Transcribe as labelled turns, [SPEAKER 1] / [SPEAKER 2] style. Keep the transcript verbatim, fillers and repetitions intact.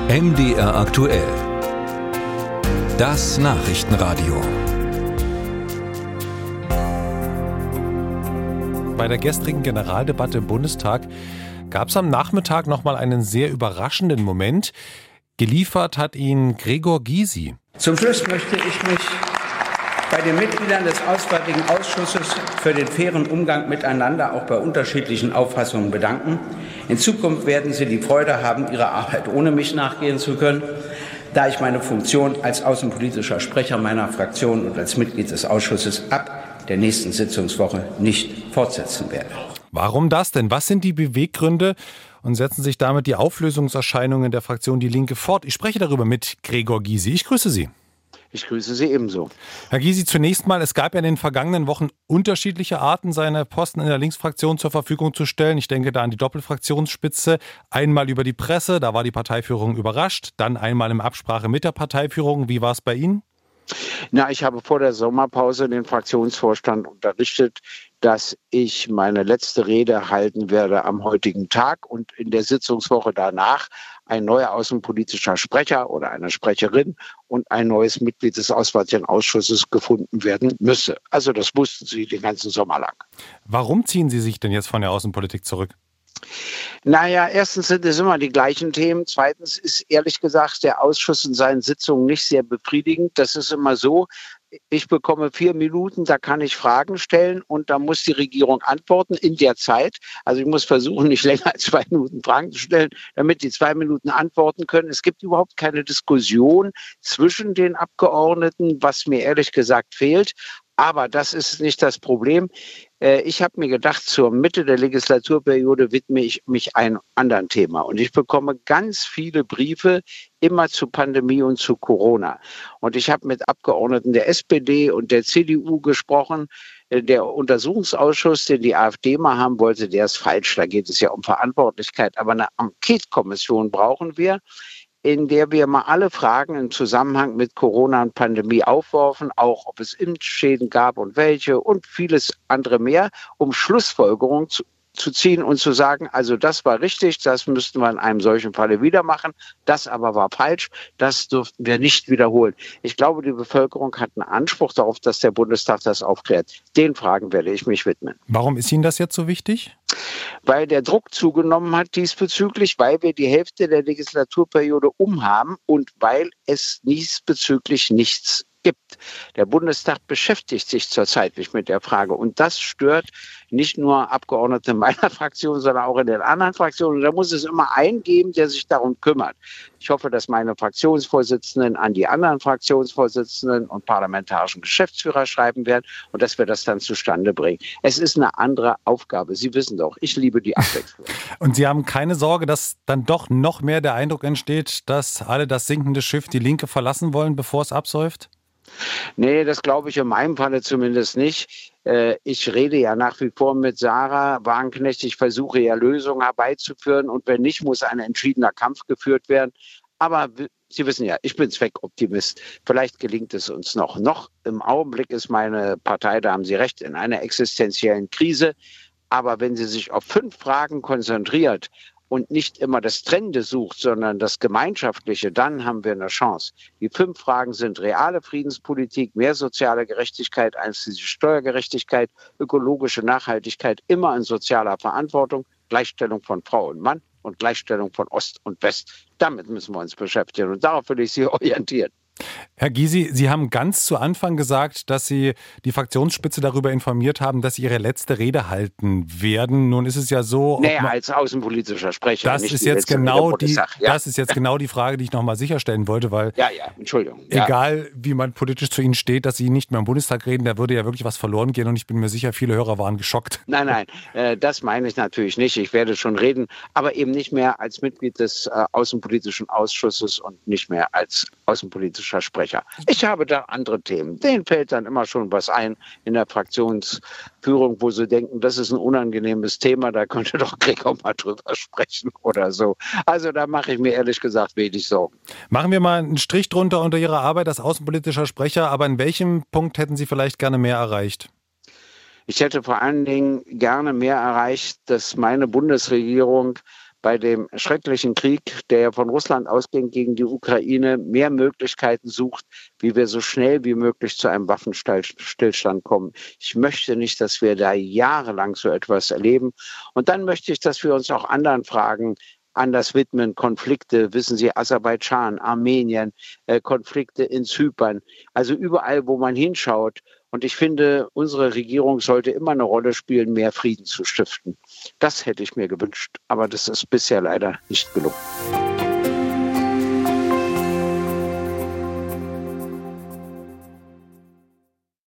[SPEAKER 1] M D R aktuell. Das Nachrichtenradio.
[SPEAKER 2] Bei der gestrigen Generaldebatte im Bundestag gab es am Nachmittag nochmal einen sehr überraschenden Moment. Geliefert hat ihn Gregor Gysi.
[SPEAKER 3] Zum Schluss möchte ich mich bei den Mitgliedern des Auswärtigen Ausschusses für den fairen Umgang miteinander auch bei unterschiedlichen Auffassungen bedanken. In Zukunft werden Sie die Freude haben, Ihrer Arbeit ohne mich nachgehen zu können, da ich meine Funktion als außenpolitischer Sprecher meiner Fraktion und als Mitglied des Ausschusses ab der nächsten Sitzungswoche nicht fortsetzen werde.
[SPEAKER 2] Warum das denn? Was sind die Beweggründe? Und setzen sich damit die Auflösungserscheinungen der Fraktion Die Linke fort? Ich spreche darüber mit Gregor Gysi. Ich grüße Sie.
[SPEAKER 4] Ich grüße Sie ebenso.
[SPEAKER 2] Herr Gysi, zunächst mal, es gab ja in den vergangenen Wochen unterschiedliche Arten, seine Posten in der Linksfraktion zur Verfügung zu stellen. Ich denke da an die Doppelfraktionsspitze. Einmal über die Presse, da war die Parteiführung überrascht. Dann einmal in Absprache mit der Parteiführung. Wie war es bei Ihnen?
[SPEAKER 4] Na, ich habe vor der Sommerpause den Fraktionsvorstand unterrichtet, dass ich meine letzte Rede halten werde am heutigen Tag und in der Sitzungswoche danach ein neuer außenpolitischer Sprecher oder eine Sprecherin und ein neues Mitglied des Auswärtigen Ausschusses gefunden werden müsse. Also das wussten Sie den ganzen Sommer lang.
[SPEAKER 2] Warum ziehen Sie sich denn jetzt von der Außenpolitik zurück?
[SPEAKER 4] Naja, erstens sind es immer die gleichen Themen. Zweitens ist ehrlich gesagt der Ausschuss in seinen Sitzungen nicht sehr befriedigend. Das ist immer so, ich bekomme vier Minuten, da kann ich Fragen stellen und da muss die Regierung antworten in der Zeit. Also ich muss versuchen, nicht länger als zwei Minuten Fragen zu stellen, damit die zwei Minuten antworten können. Es gibt überhaupt keine Diskussion zwischen den Abgeordneten, was mir ehrlich gesagt fehlt. Aber das ist nicht das Problem. Ich habe mir gedacht, zur Mitte der Legislaturperiode widme ich mich einem anderen Thema. Und ich bekomme ganz viele Briefe immer zu Pandemie und zu Corona. Und ich habe mit Abgeordneten der S P D und der C D U gesprochen. Der Untersuchungsausschuss, den die AfD mal haben wollte, der ist falsch. Da geht es ja um Verantwortlichkeit. Aber eine Enquete-Kommission brauchen wir, in der wir mal alle Fragen im Zusammenhang mit Corona und Pandemie aufwerfen, auch ob es Impfschäden gab und welche und vieles andere mehr, um Schlussfolgerungen zu, zu ziehen und zu sagen, also das war richtig, das müssten wir in einem solchen Falle wieder machen, das aber war falsch, das durften wir nicht wiederholen. Ich glaube, die Bevölkerung hat einen Anspruch darauf, dass der Bundestag das aufklärt. Den Fragen werde ich mich widmen.
[SPEAKER 2] Warum ist Ihnen das jetzt so wichtig?
[SPEAKER 4] Weil der Druck zugenommen hat diesbezüglich, weil wir die Hälfte der Legislaturperiode umhaben und weil es diesbezüglich nichts gibt. Der Bundestag beschäftigt sich zurzeit nicht mit der Frage und das stört nicht nur Abgeordnete meiner Fraktion, sondern auch in den anderen Fraktionen. Da muss es immer einen geben, der sich darum kümmert. Ich hoffe, dass meine Fraktionsvorsitzenden an die anderen Fraktionsvorsitzenden und parlamentarischen Geschäftsführer schreiben werden und dass wir das dann zustande bringen. Es ist eine andere Aufgabe. Sie wissen doch, ich liebe die Abwechslung.
[SPEAKER 2] Und Sie haben keine Sorge, dass dann doch noch mehr der Eindruck entsteht, dass alle das sinkende Schiff die Linke verlassen wollen, bevor es absäuft?
[SPEAKER 4] Nee, das glaube ich in meinem Falle zumindest nicht. Ich rede ja nach wie vor mit Sarah Wagenknecht. Ich versuche ja Lösungen herbeizuführen und wenn nicht, muss ein entschiedener Kampf geführt werden. Aber Sie wissen ja, ich bin Zweckoptimist. Vielleicht gelingt es uns noch. Noch im Augenblick ist meine Partei, da haben Sie recht, in einer existenziellen Krise. Aber wenn sie sich auf fünf Fragen konzentriert und nicht immer das Trennende sucht, sondern das Gemeinschaftliche, dann haben wir eine Chance. Die fünf Fragen sind reale Friedenspolitik, mehr soziale Gerechtigkeit, einschließlich Steuergerechtigkeit, ökologische Nachhaltigkeit, immer in sozialer Verantwortung, Gleichstellung von Frau und Mann und Gleichstellung von Ost und West. Damit müssen wir uns beschäftigen und darauf will ich Sie orientieren.
[SPEAKER 2] Herr Gysi, Sie haben ganz zu Anfang gesagt, dass Sie die Fraktionsspitze darüber informiert haben, dass Sie Ihre letzte Rede halten werden. Nun ist es ja so...
[SPEAKER 4] Naja, als außenpolitischer Sprecher.
[SPEAKER 2] Das
[SPEAKER 4] nicht
[SPEAKER 2] ist
[SPEAKER 4] die
[SPEAKER 2] jetzt genau die,
[SPEAKER 4] ja.
[SPEAKER 2] das ist jetzt genau die Frage, die ich nochmal sicherstellen wollte, weil...
[SPEAKER 4] Ja, ja, Entschuldigung. Ja.
[SPEAKER 2] Egal, wie man politisch zu Ihnen steht, dass Sie nicht mehr im Bundestag reden, da würde ja wirklich was verloren gehen und ich bin mir sicher, viele Hörer waren geschockt.
[SPEAKER 4] Nein, nein, äh, das meine ich natürlich nicht. Ich werde schon reden, aber eben nicht mehr als Mitglied des äh, Außenpolitischen Ausschusses und nicht mehr als außenpolitischer Sprecher. Ich habe da andere Themen. Denen fällt dann immer schon was ein in der Fraktionsführung, wo sie denken, das ist ein unangenehmes Thema, da könnte doch Gregor mal drüber sprechen oder so. Also da mache ich mir ehrlich gesagt wenig Sorgen.
[SPEAKER 2] Machen wir mal einen Strich drunter unter Ihrer Arbeit als außenpolitischer Sprecher, aber in welchem Punkt hätten Sie vielleicht gerne mehr erreicht?
[SPEAKER 4] Ich hätte vor allen Dingen gerne mehr erreicht, dass meine Bundesregierung bei dem schrecklichen Krieg, der ja von Russland ausging gegen die Ukraine, mehr Möglichkeiten sucht, wie wir so schnell wie möglich zu einem Waffenstillstand kommen. Ich möchte nicht, dass wir da jahrelang so etwas erleben. Und dann möchte ich, dass wir uns auch anderen Fragen anders widmen. Konflikte, wissen Sie, Aserbaidschan, Armenien, äh, Konflikte in Zypern. Also überall, wo man hinschaut. Und ich finde, unsere Regierung sollte immer eine Rolle spielen, mehr Frieden zu stiften. Das hätte ich mir gewünscht, aber das ist bisher leider nicht gelungen.